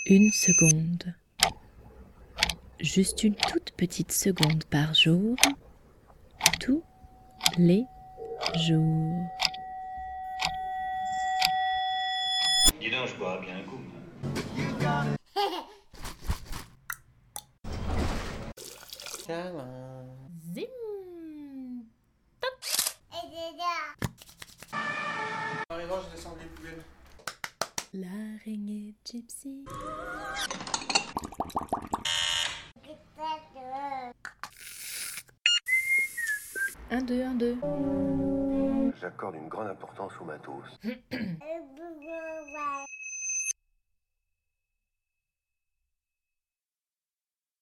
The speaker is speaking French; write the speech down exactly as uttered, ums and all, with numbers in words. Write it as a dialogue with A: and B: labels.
A: Une seconde. Juste une toute petite seconde par jour. Tous les jours.
B: Dis donc, je bois bien un coup.
C: Zim.
D: Arrivant, je descends les poubelles.
A: L'araignée gypsy. Un, deux, un, deux.
E: J'accorde une grande importance au matos.